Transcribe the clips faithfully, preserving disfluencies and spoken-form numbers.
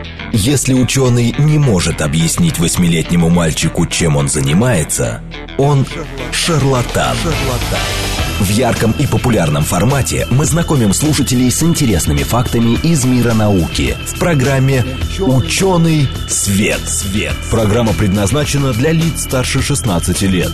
Если ученый не может объяснить восьмилетнему мальчику, чем он занимается, он шарлатан. В ярком и популярном формате мы знакомим слушателей с интересными фактами из мира науки в программе «Ученый свет». Свет. Программа предназначена для лиц старше шестнадцати лет.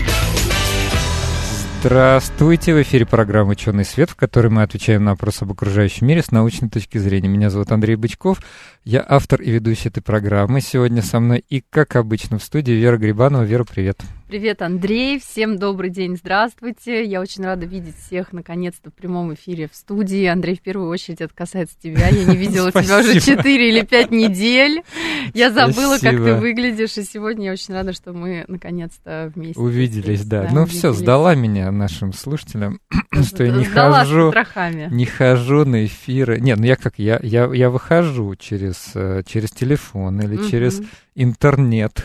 Здравствуйте, в эфире программа «Ученый свет», в которой мы отвечаем на вопросы об окружающем мире с научной точки зрения. Меня зовут Андрей Бычков, я автор и ведущий этой программы. Сегодня со мной и, как обычно, в студии Вера Грибанова. Вера, привет. Привет, Андрей, всем добрый день, здравствуйте. Я очень рада видеть всех, наконец-то, в прямом эфире в студии. Андрей, в первую очередь, это касается тебя. Я не видела тебя уже четыре или пять недель. Я забыла, как ты выглядишь, и сегодня я очень рада, что мы, наконец-то, вместе. Увиделись, да. Ну все, сдала меня нашим слушателям, что я не хожу, не хожу на эфиры. Нет, ну я как, я, я, я выхожу через, через телефон или через интернет,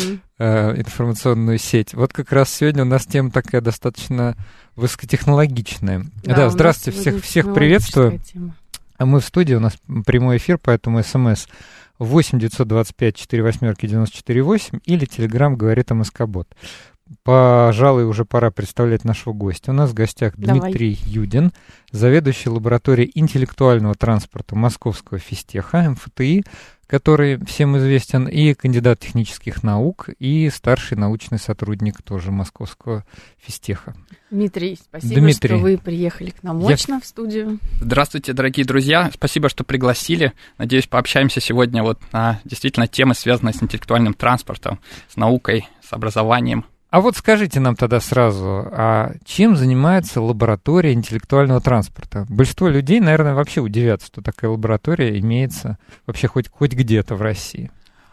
информационную сеть. Вот как раз сегодня у нас тема такая достаточно высокотехнологичная. Да, да, здравствуйте, всех, всех приветствую. А мы в студии, у нас прямой эфир, поэтому смс восемь девятьсот двадцать пять четыре восьмерки девяносто четыре восемь или телеграм говорит МСК-бот. Пожалуй, уже пора представлять нашего гостя. У нас в гостях Дмитрий Давай. Юдин, заведующий лабораторией интеллектуального транспорта Московского физтеха, эм эф тэ и, который всем известен, и кандидат технических наук, и старший научный сотрудник тоже Московского физтеха. Дмитрий, спасибо, Дмитрий. что вы приехали к нам очно Я... в студию. Здравствуйте, дорогие друзья, спасибо, что пригласили. Надеюсь, пообщаемся сегодня вот на действительно темы, связанные с интеллектуальным транспортом, с наукой, с образованием. А вот скажите нам тогда сразу, а чем занимается лаборатория интеллектуального транспорта? Большинство людей, наверное, вообще удивятся, что такая лаборатория имеется вообще хоть, хоть где-то в России.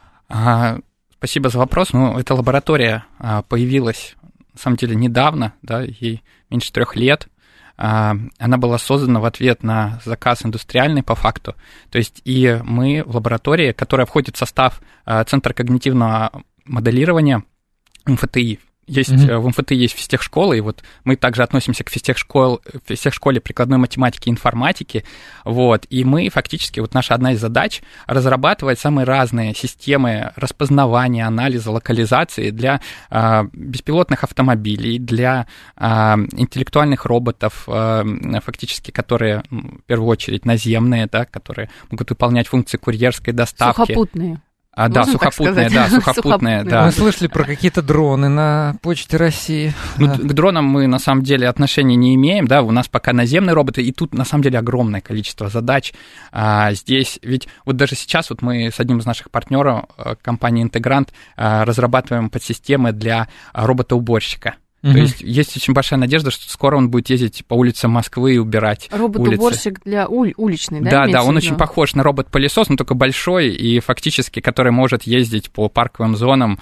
А, спасибо за вопрос. Ну, эта лаборатория а, появилась, на самом деле, недавно, да, ей меньше трех лет. А, она была создана в ответ на заказ индустриальный по факту. То есть и мы в лаборатории, которая входит в состав а, Центра когнитивного моделирования эм эф тэ и. Есть, mm-hmm. В эм эф тэ и есть физтехшкола, и вот мы также относимся к физтехшкол, физтехшколе прикладной математики и информатики, вот, и мы фактически, вот наша одна из задач — разрабатывать самые разные системы распознавания, анализа, локализации для а, беспилотных автомобилей, для а, интеллектуальных роботов, а, фактически, которые, в первую очередь, наземные, да, которые могут выполнять функции курьерской доставки. Сухопутные. А, да, сухопутные, да, сухопутные, да. Мы слышали про какие-то дроны на Почте России. Ну, к дронам мы, на самом деле, отношения не имеем, да, у нас пока наземные роботы, и тут, на самом деле, огромное количество задач. А, здесь, ведь вот даже сейчас вот мы с одним из наших партнеров, компанией «Интегрант», разрабатываем подсистемы для робота-уборщика. Mm-hmm. То есть есть очень большая надежда, что скоро он будет ездить по улицам Москвы и убирать робот-уборщик улицы. Для уль- уличной, да? Да, да, он очень похож на робот-пылесос, но только большой и фактически, который может ездить по парковым зонам,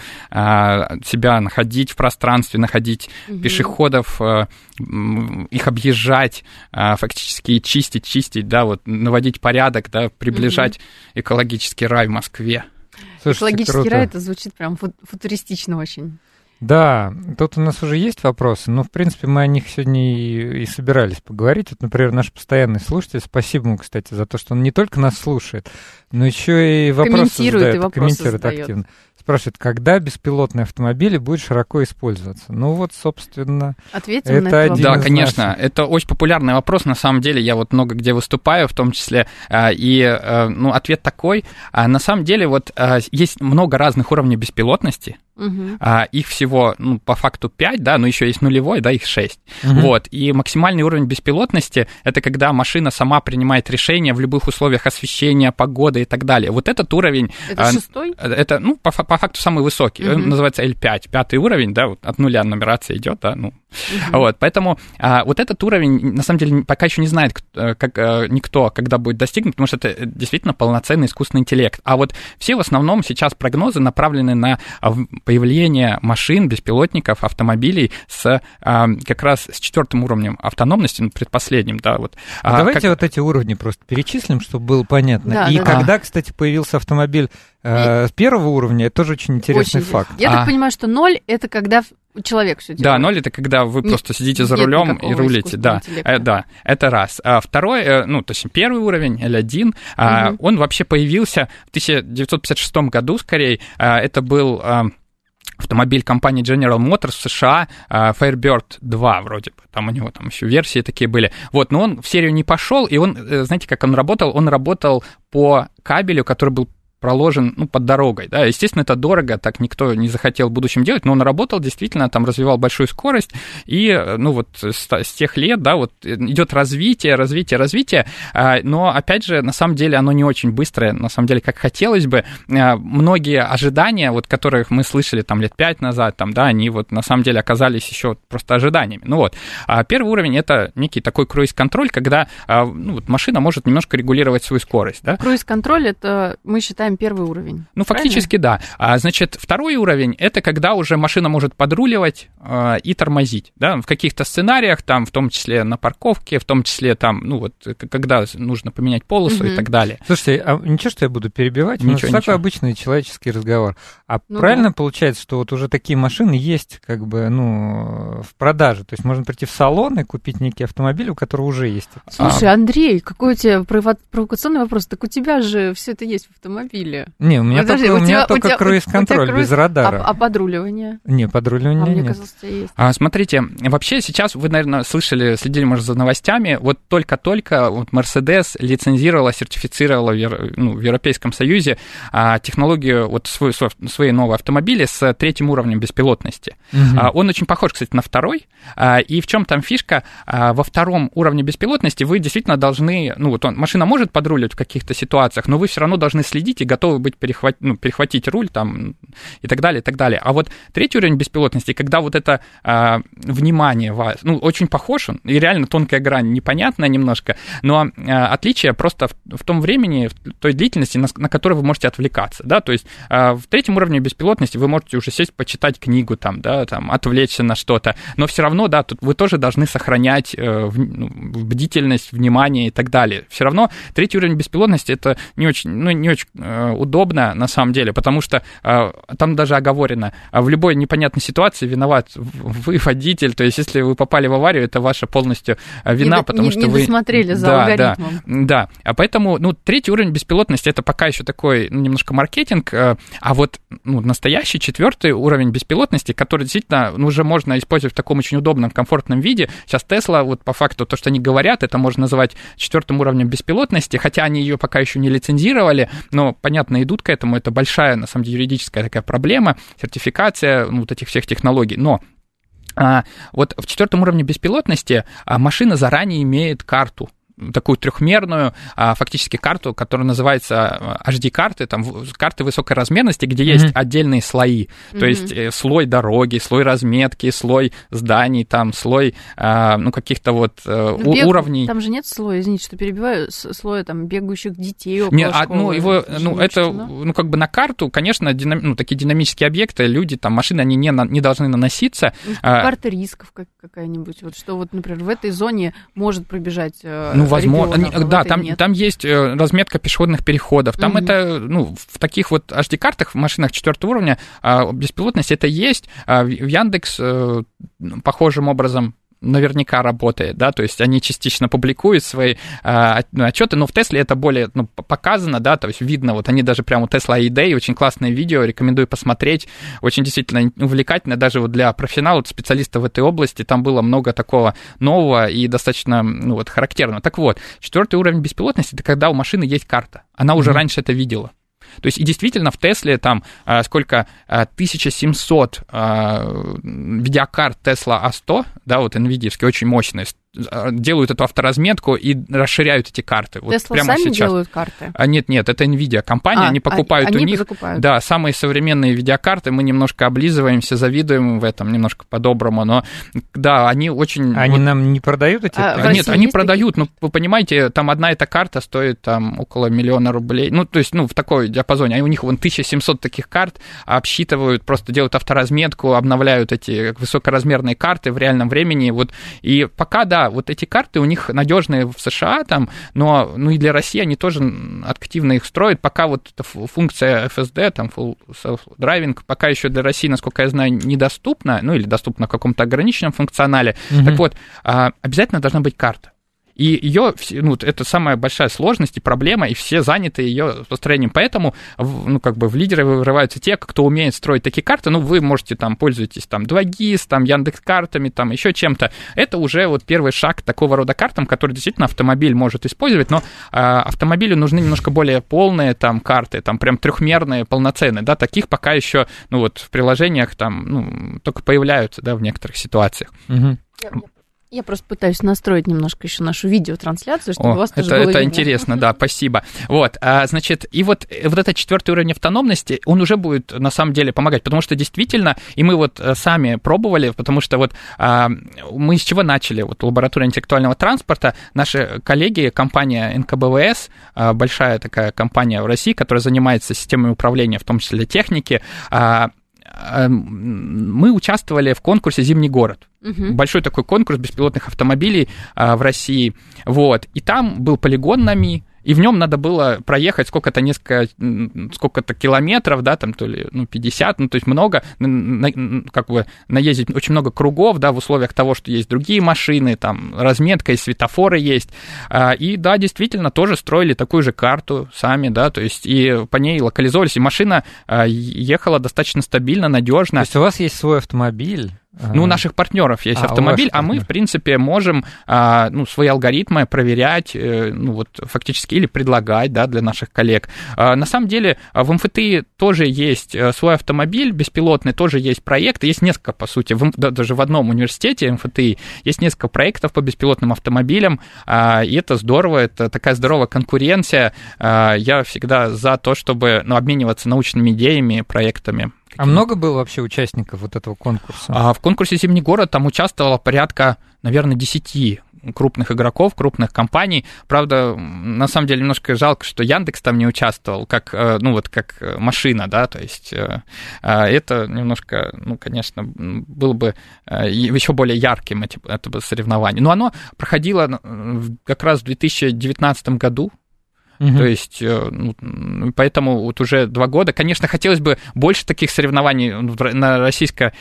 себя находить в пространстве, находить mm-hmm. пешеходов, их объезжать, фактически чистить, чистить, да, вот наводить порядок, да, приближать mm-hmm. экологический рай в Москве. Слушайте, экологический круто. Рай, это звучит прям футуристично очень. Да, тут у нас уже есть вопросы, но, в принципе, мы о них сегодня и, и собирались поговорить. Вот, например, наш постоянный слушатель, спасибо ему, кстати, за то, что он не только нас слушает, но еще и вопросы задает, и вопросы комментирует задает. активно. Спрашивает, когда беспилотные автомобили будут широко использоваться? Ну вот, собственно, ответим это на этот один Да, из конечно, наших. Это очень популярный вопрос, на самом деле, я вот много где выступаю, в том числе, и, ну, ответ такой, на самом деле, вот есть много разных уровней беспилотности, угу. их всего, ну, по факту пять, да, но еще есть нулевой, да, их шесть, угу. вот, и максимальный уровень беспилотности — это когда машина сама принимает решения в любых условиях освещения, погоды и так далее, вот этот уровень... Это шестой? Это, ну, по по факту самый высокий, uh-huh. он называется эл пять, пятый уровень, да, вот от нуля нумерация идет, да, ну, uh-huh. вот, поэтому а, вот этот уровень, на самом деле, пока еще не знает как, а, никто, когда будет достигнут, потому что это действительно полноценный искусственный интеллект, а вот все в основном сейчас прогнозы направлены на появление машин, беспилотников, автомобилей с а, как раз с четвертым уровнем автономности, ну, предпоследним, да, вот. А а, давайте как... вот эти уровни просто перечислим, чтобы было понятно, да, и да, когда, да. кстати, появился автомобиль с первого уровня, это тоже очень интересный очень факт. Я а. так понимаю, что ноль — это когда Человек все делает. Да, ноль — это когда вы нет, просто сидите за рулем и рулите. Да, э, да, это раз. А второй, э, ну, то есть первый уровень, эль один, угу. э, он вообще появился в тысяча девятьсот пятьдесят шестом году, скорее. Э, это был... Э, автомобиль компании General Motors в США, Firebird два вроде бы, там у него там еще версии такие были. Вот, но он в серию не пошел, и он, знаете, как он работал? Он работал по кабелю, который был проложен, ну, под дорогой, да, естественно, это дорого, так никто не захотел в будущем делать, но он работал, действительно, там развивал большую скорость, и, ну, вот с, с тех лет, да, вот идет развитие, развитие, развитие, но, опять же, на самом деле оно не очень быстрое, на самом деле, как хотелось бы. Многие ожидания, вот, которых мы слышали там лет пять назад, там, да, они вот на самом деле оказались еще просто ожиданиями. Ну вот, первый уровень — это некий такой круиз-контроль, когда, ну, вот машина может немножко регулировать свою скорость, да. Круиз-контроль — это, мы считаем, первый уровень. Ну, фактически, правильно? Да. А, значит, второй уровень — это когда уже машина может подруливать э, и тормозить, да, в каких-то сценариях, там, в том числе на парковке, в том числе там, ну, вот, когда нужно поменять полосу угу. и так далее. Слушайте, а ничего, что я буду перебивать? Ничего, У нас ничего. Такой обычный человеческий разговор. А ну, правильно да. получается, что вот уже такие машины есть, как бы, ну, в продаже? То есть можно прийти в салон и купить некий автомобиль, у которого уже есть. Слушай, а... Андрей, какой у тебя провокационный вопрос? Так у тебя же все это есть в автомобиле. Не, у меня Подожди, только, у тебя, у только тебя, круиз-контроль круиз... без радара. А, а подруливание? Не, подруливание а, нет. Мне казалось, у тебя есть. А, смотрите, вообще сейчас вы, наверное, слышали, следили, может, за новостями, вот только-только вот Mercedes лицензировала, сертифицировала в, ну, в Европейском Союзе а, технологию, вот свой, свои новые автомобили с третьим уровнем беспилотности. Угу. А, он очень похож, кстати, на второй, а, и в чем там фишка? А, во втором уровне беспилотности вы действительно должны, ну, вот он, машина может подруливать в каких-то ситуациях, но вы все равно должны следить и готовы быть перехват... ну, перехватить руль там и так далее, и так далее. А вот третий уровень беспилотности, когда вот это а, внимание вас, ну, очень похож он, и реально тонкая грань, непонятная немножко, но а, отличие просто в, в том времени, в той длительности, на, на которой вы можете отвлекаться, да, то есть а, в третьем уровне беспилотности вы можете уже сесть, почитать книгу там, да, там, отвлечься на что-то, но все равно, да, тут вы тоже должны сохранять э, в, ну, бдительность, внимание и так далее. Все равно третий уровень беспилотности — это не очень, ну, не очень удобно на самом деле, потому что а, там даже оговорено, а в любой непонятной ситуации виноват вы, водитель, то есть если вы попали в аварию, это ваша полностью вина, не, потому не, что не вы... Не досмотрели за да, алгоритмом. Да, да, а поэтому, ну, третий уровень беспилотности — это пока еще такой, ну, немножко маркетинг, а вот, ну, настоящий четвертый уровень беспилотности, который действительно, ну, уже можно использовать в таком очень удобном, комфортном виде. Сейчас Tesla, вот по факту, то, что они говорят, это можно назвать четвертым уровнем беспилотности, хотя они ее пока еще не лицензировали, но, понятно, идут к этому, это большая, на самом деле, юридическая такая проблема, сертификация, ну, вот этих всех технологий, но а, вот в четвертом уровне беспилотности а, машина заранее имеет карту, такую трехмерную, а, фактически карту, которая называется эйч ди-карты, там карты высокой размерности, где есть mm-hmm. отдельные слои, то mm-hmm. есть э, слой дороги, слой разметки, слой зданий, там слой, а, ну, каких-то вот э, Бег... уровней. Там же нет слоя, извините, что перебиваю, слоя там бегающих детей около нет, школы. А, ну, его, ну, это, ну, как бы на карту, конечно, динам... ну, такие динамические объекты, люди, там, машины, они не, на... не должны наноситься. Карта рисков какая-нибудь, вот что вот, например, в этой зоне может пробежать... Ну, возможно, они, да, там, там есть разметка пешеходных переходов. Там mm-hmm. это, ну, в таких вот эйч ди-картах в машинах четвертого уровня беспилотность это есть. В Яндекс похожим образом наверняка работает, да, то есть они частично публикуют свои э, отчеты, но в Тесле это более, ну, показано, да, то есть видно, вот они даже прямо у Tesla ай-Day, очень классное видео, рекомендую посмотреть, очень действительно увлекательно, даже вот для профессионалов, специалистов в этой области, там было много такого нового и достаточно, ну, вот, характерного. Так вот, четвертый уровень беспилотности — это когда у машины есть карта, она уже mm-hmm. раньше это видела. То есть, и действительно, в Тесле там а, сколько, а, тысяча семьсот а, видеокарт Tesla а сто, да, вот NVIDIA-вские, очень мощные, делают эту авторазметку и расширяют эти карты. Вот Tesla прямо сами сейчас делают карты? А, нет, нет, это NVIDIA компания, а, они покупают они у них. Закупают. Да, самые современные видеокарты, мы немножко облизываемся, завидуем в этом, немножко по-доброму, но да, они очень... Они вот... нам не продают эти? А, нет, они продают, такие? Ну, вы понимаете, там одна эта карта стоит там около миллиона рублей, ну, то есть, ну, в такой диапазоне, а у них вон тысяча семьсот таких карт, обсчитывают, просто делают авторазметку, обновляют эти высокоразмерные карты в реальном времени, вот, и пока, да, да, вот эти карты у них надежные в США, там, но ну, и для России они тоже активно их строят, пока вот эта функция эф эс ди, там, Full Self-Driving, пока еще для России, насколько я знаю, недоступна, ну, или доступна в каком-то ограниченном функционале. Mm-hmm. Так вот, обязательно должна быть карта. И ее, ну, это самая большая сложность и проблема, и все заняты ее построением. Поэтому, ну, как бы в лидеры вырываются те, кто умеет строить такие карты. Ну, вы можете там пользуетесь там два гис, там Яндекс.Картами, там еще чем-то. Это уже вот первый шаг к такого рода картам, который действительно автомобиль может использовать, но а, автомобилю нужны немножко более полные там карты, там прям трехмерные, полноценные, да, таких пока еще, ну, вот в приложениях там, ну, только появляются, да, в некоторых ситуациях. Угу. Я просто пытаюсь настроить немножко еще нашу видеотрансляцию, чтобы О, у вас это, тоже было это видно. интересно, да, спасибо. Вот, а, значит, и вот, вот этот четвертый уровень автономности, он уже будет на самом деле помогать, потому что действительно, и мы вот сами пробовали, потому что вот а, мы с чего начали? Вот лаборатория интеллектуального транспорта, наши коллеги, компания эн ка бэ вэ эс, а, большая такая компания в России, которая занимается системой управления, в том числе техники, а, мы участвовали в конкурсе «Зимний город». Uh-huh. Большой такой конкурс беспилотных автомобилей а, в России. Вот. И там был полигон на Ми, и в нем надо было проехать сколько-то, несколько, сколько-то километров, да, там то ли, ну, пятьдесят, ну, то есть много, на, как бы наездить очень много кругов, да, в условиях того, что есть другие машины, там разметка и светофоры есть. И, да, действительно, тоже строили такую же карту сами, да, то есть и по ней локализовались, и машина ехала достаточно стабильно, надежно. То есть у вас есть свой автомобиль? Ну, у наших партнеров есть а, автомобиль, а мы, в принципе, можем а, ну, свои алгоритмы проверять, ну, вот, фактически, или предлагать, да, для наших коллег. А, на самом деле, в эм эф тэ и тоже есть свой автомобиль беспилотный, тоже есть проект, есть несколько, по сути, в, да, даже в одном университете эм эф тэ и есть несколько проектов по беспилотным автомобилям, а, и это здорово, это такая здоровая конкуренция. А, я всегда за то, чтобы, ну, обмениваться научными идеями, проектами. А много было вообще участников вот этого конкурса? А в конкурсе «Зимний город» там участвовало порядка, наверное, десяти крупных игроков, крупных компаний. Правда, на самом деле немножко жалко, что Яндекс там не участвовал, как, ну, вот, как машина, да, то есть это немножко, ну, конечно, было бы еще более ярким, это бы соревнование. Но оно проходило как раз в две тысячи девятнадцатом году. Uh-huh. То есть, ну, поэтому вот уже два года, конечно, хотелось бы больше таких соревнований на российско,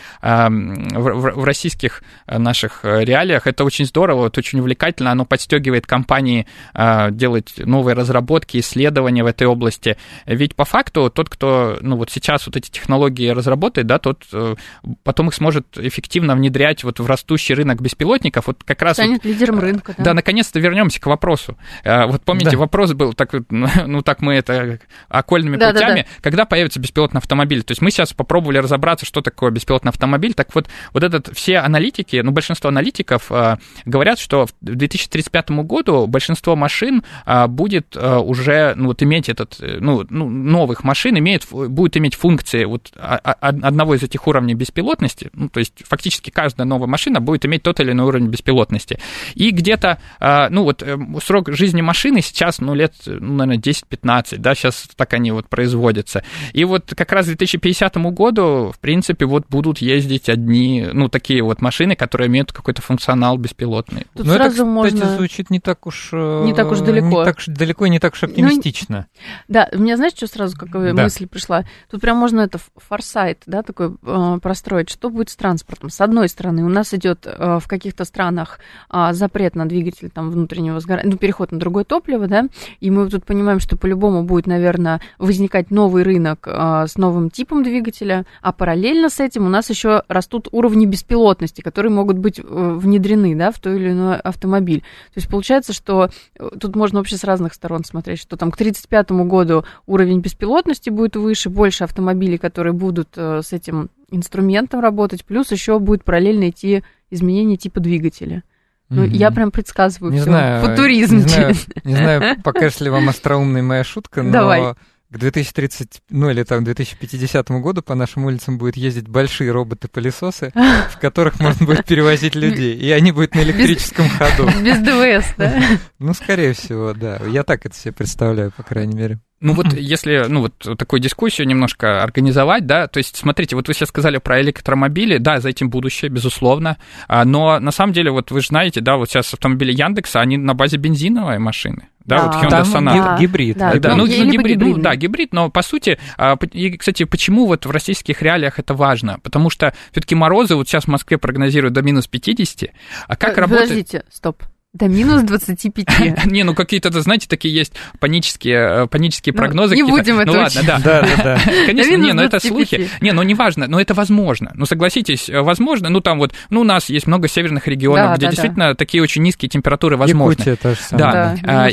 в российских наших реалиях. Это очень здорово, это очень увлекательно, оно подстегивает компании делать новые разработки, исследования в этой области. Ведь по факту тот, кто, ну, вот сейчас вот эти технологии разработает, да, тот потом их сможет эффективно внедрять вот в растущий рынок беспилотников. Вот как раз станет вот, лидером рынка. Да, да, наконец-то вернемся к вопросу. Вот помните, да. Вопрос был так, ну, так мы это окольными да, путями, да, да. Когда появится беспилотный автомобиль. То есть мы сейчас попробовали разобраться, что такое беспилотный автомобиль. Так вот, вот этот, все аналитики, ну, большинство аналитиков а, говорят, что к две тысячи тридцать пятому году большинство машин а, будет а, уже, ну, вот иметь этот, ну, ну, новых машин имеет, будет иметь функции вот а, а, одного из этих уровней беспилотности. Ну, то есть фактически каждая новая машина будет иметь тот или иной уровень беспилотности. И где-то, а, ну, вот срок жизни машины сейчас, ну, лет, ну, наверное, десять-пятнадцать, да, сейчас так они вот производятся. И вот как раз к две тысячи пятидесятому году, в принципе, вот будут ездить одни, ну, такие вот машины, которые имеют какой-то функционал беспилотный. Тут Но сразу это, кстати, можно... звучит не так уж... Не так уж далеко. Не так уж далеко и не так уж оптимистично. Ну, да, у меня, знаешь, что сразу, какая да. мысль пришла? Тут прям можно это форсайт, да, такой э, простроить. Что будет с транспортом? С одной стороны, у нас идет э, в каких-то странах э, запрет на двигатель там, внутреннего сгорания, ну, переход на другое топливо, да, и мы тут понимаем, что по-любому будет, наверное, возникать новый рынок а, с новым типом двигателя, а параллельно с этим у нас еще растут уровни беспилотности, которые могут быть внедрены, да, в той или иной автомобиль. То есть получается, что тут можно вообще с разных сторон смотреть, что там к тридцать пятому году уровень беспилотности будет выше, больше автомобилей, которые будут а, с этим инструментом работать, плюс еще будет параллельно идти изменение типа двигателя. Ну, mm-hmm. я прям предсказываю все. Футуризм. Не знаю, не знаю, покажется ли вам остроумной моя шутка, но Давай. К две тысячи тридцатому, ну или там две тысячи пятидесятому году по нашим улицам будут ездить большие роботы-пылесосы, в которых можно будет перевозить людей, и они будут на электрическом ходу. Без ДВС, да? Ну, скорее всего, да. Я так это себе представляю, по крайней мере. Ну вот если, ну вот такую дискуссию немножко организовать, да, то есть смотрите, вот вы сейчас сказали про электромобили, да, за этим будущее, безусловно, но на самом деле вот вы же знаете, да, вот сейчас автомобили Яндекса, они на базе бензиновой машины. Да, да, вот Hyundai Sonata. Да, гибрид. Да, да, ну, ну, ну, гибрид, ну, да, гибрид, но по сути, и, кстати, почему вот в российских реалиях это важно? Потому что все-таки морозы, вот сейчас в Москве прогнозируют до минус пятьдесят, а как работает... Подождите, стоп. До минус двадцати пяти. Не, ну какие-то, знаете, такие есть панические, панические прогнозы. Не будем это Ну ладно, да. Да, да, да. Конечно, не, но это слухи. Не, ну неважно, но это возможно. Ну согласитесь, возможно. Ну там вот, ну у нас есть много северных регионов, где действительно такие очень низкие температуры возможны. Якутия то же самое. Да,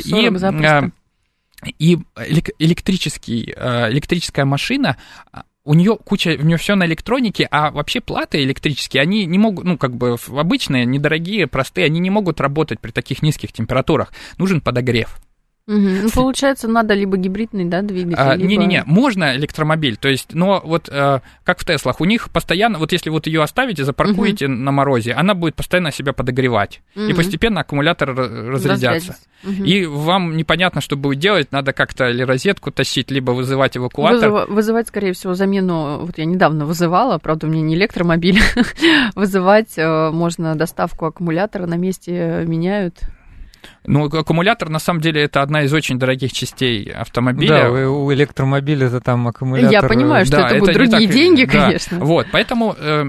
и электрический, электрическая машина... У нее куча, у нее все на электронике, а вообще платы электрические, они не могут, ну, как бы обычные, недорогие, простые, они не могут работать при таких низких температурах. Нужен подогрев. Угу. Ну, получается, надо либо гибридный, да, двигатель, а, либо... Не-не-не, можно электромобиль, то есть, но вот а, как в Теслах, у них постоянно, вот если вот ее оставите, запаркуете угу. на морозе, она будет постоянно себя подогревать, угу. и постепенно аккумулятор разрядятся. Угу. И вам непонятно, что будет делать, надо как-то или розетку тащить, либо вызывать эвакуатор. Вызыв... Вызывать, скорее всего, замену, вот я недавно вызывала, правда, у меня не электромобиль, вызывать можно доставку аккумулятора, на месте меняют. Ну, аккумулятор, на самом деле, это одна из очень дорогих частей автомобиля. Да, у электромобиля это там аккумулятор... Я понимаю, что да, это будут другие так, деньги, да. конечно. Вот, поэтому э,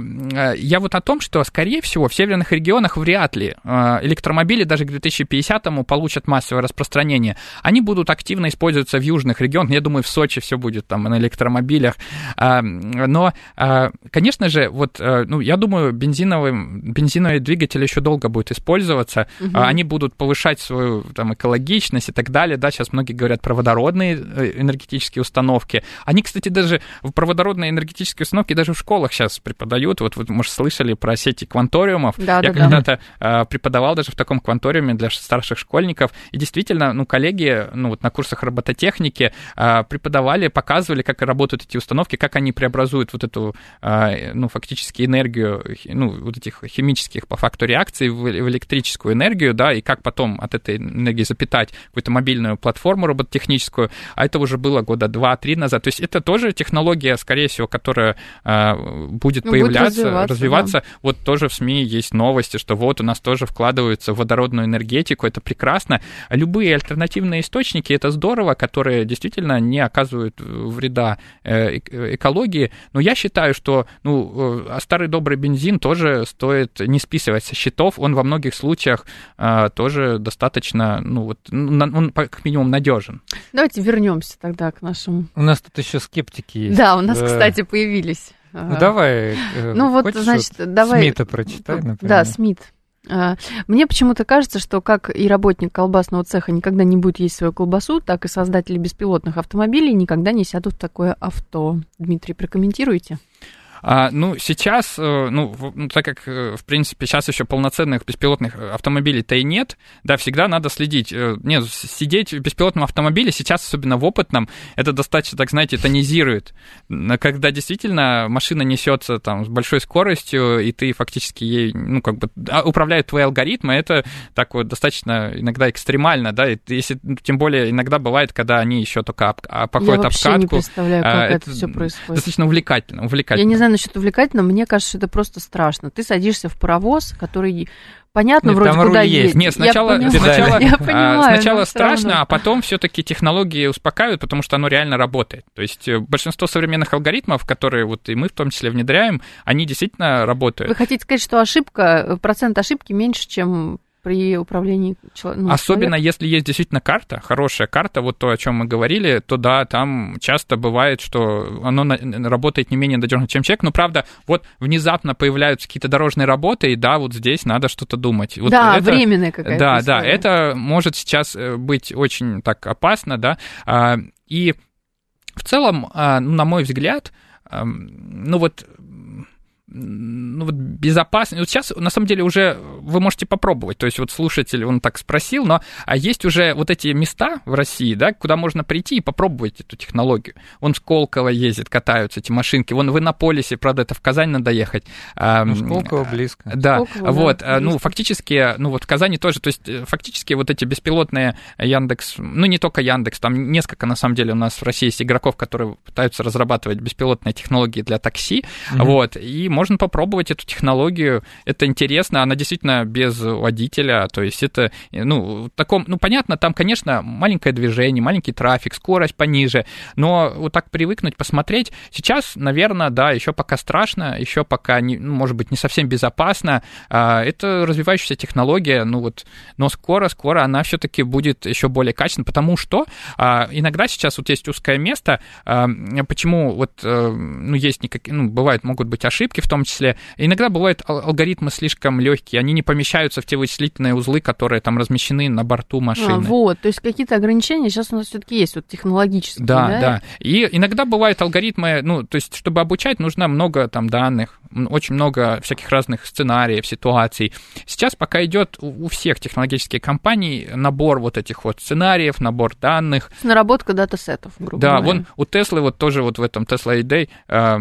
я вот о том, что, скорее всего, в северных регионах вряд ли э, электромобили даже к две тысячи пятидесятому получат массовое распространение. Они будут активно использоваться в южных регионах. Я думаю, в Сочи все будет там на электромобилях. Э, но, э, конечно же, вот, э, ну, я думаю, бензиновый, бензиновый двигатель еще долго будет использоваться. Угу. Они будут повышать свою там, экологичность и так далее. Да, сейчас многие говорят про водородные энергетические установки. Они, кстати, даже в проводородные энергетические установки даже в школах сейчас преподают. Вот вы, может, слышали про сети кванториумов. Да, Я да, когда-то да. преподавал даже в таком кванториуме для старших школьников. И действительно, ну, коллеги ну, вот на курсах робототехники преподавали, показывали, как работают эти установки, как они преобразуют вот эту, ну, фактически энергию, ну, вот этих химических по факту реакций в электрическую энергию, да, и как потом от этой энергии запитать какую-то мобильную платформу робототехническую, а это уже было года два-три назад. То есть это тоже технология, скорее всего, которая э, будет ну, появляться, будет развиваться. развиваться. Да. Вот тоже в СМИ есть новости, что вот у нас тоже вкладываются в водородную энергетику, это прекрасно. Любые альтернативные источники, это здорово, которые действительно не оказывают вреда э, экологии, но я считаю, что ну, э, старый добрый бензин тоже стоит не списывать со счетов, он во многих случаях э, тоже достаточно, ну вот, он как минимум надежен. Давайте вернемся тогда к нашему. У нас тут еще скептики есть. Да, у нас, кстати, появились. Ну давай. Ну вот, значит, давай. Смита прочитай, например. Да, Смит. Мне почему-то кажется, что как и работник колбасного цеха никогда не будет есть свою колбасу, так и создатели беспилотных автомобилей никогда не сядут в такое авто. Дмитрий, прокомментируйте. А, ну, сейчас, ну, так как, в принципе, сейчас еще полноценных беспилотных автомобилей-то и нет, да, всегда надо следить. Нет, сидеть в беспилотном автомобиле сейчас, особенно в опытном, это достаточно, так знаете, тонизирует. Когда действительно машина несется там с большой скоростью, и ты фактически ей, ну, как бы, управляют твои алгоритмы, это так вот достаточно иногда экстремально, да, и если, тем более иногда бывает, когда они еще только об, походят обкатку. Я вообще не представляю, как это, это все происходит. Достаточно увлекательно, увлекательно. Я не знаю насчет увлекательно, мне кажется, что это просто страшно. Ты садишься в паровоз, который... Понятно, Нет, вроде куда есть. Нет, сначала, я сначала, я понимаю, сначала страшно, а потом все-таки технологии успокаивают, потому что оно реально работает. То есть большинство современных алгоритмов, которые вот и мы в том числе внедряем, они действительно работают. Вы хотите сказать, что ошибка, процент ошибки меньше, чем при управлении ну, особенно человек. Если есть действительно карта, хорошая карта, вот то, о чем мы говорили, то да, там часто бывает, что оно работает не менее надежно, чем человек. Но правда, вот внезапно появляются какие-то дорожные работы, и да, вот здесь надо что-то думать. Вот да, это, временная какая-то Да, история. да, это может сейчас быть очень так опасно, да. И в целом, на мой взгляд, ну вот ну, вот безопасно. Вот сейчас, на самом деле, уже вы можете попробовать. То есть вот слушатель, он так спросил, но а есть уже вот эти места в России, да, куда можно прийти и попробовать эту технологию. Вон в Сколково ездят, катаются эти машинки. Вон в Иннополисе, правда, это в Казань надо ехать. Ну, Сколково близко. Да, Сколково, вот. Да, ну, фактически, ну, вот в Казани тоже, то есть фактически вот эти беспилотные Яндекс, ну, не только Яндекс, там несколько, на самом деле, у нас в России есть игроков, которые пытаются разрабатывать беспилотные технологии для такси, mm-hmm. вот, и можно попробовать эту технологию, это интересно, она действительно без водителя, то есть это, ну, в таком, ну, понятно, там, конечно, маленькое движение, маленький трафик, скорость пониже, но вот так привыкнуть, посмотреть, сейчас, наверное, да, еще пока страшно, еще пока, не, ну, может быть, не совсем безопасно, это развивающаяся технология, ну, вот, но скоро, скоро она все-таки будет еще более качественной, потому что иногда сейчас вот есть узкое место, почему вот, ну, есть никакие, ну, бывают, могут быть ошибки в том числе, иногда бывают алгоритмы слишком легкие, они не помещаются в те вычислительные узлы, которые там размещены на борту машины. А, вот, то есть какие-то ограничения сейчас у нас все-таки есть, вот технологические, да? Да, да, и иногда бывают алгоритмы, ну, то есть, чтобы обучать, нужно много там данных, очень много всяких разных сценариев, ситуаций. Сейчас пока идет у всех технологических компаний набор вот этих вот сценариев, набор данных. Наработка датасетов, грубо да, говоря. Да, вон у Теслы вот тоже вот в этом Tesla эй ди э,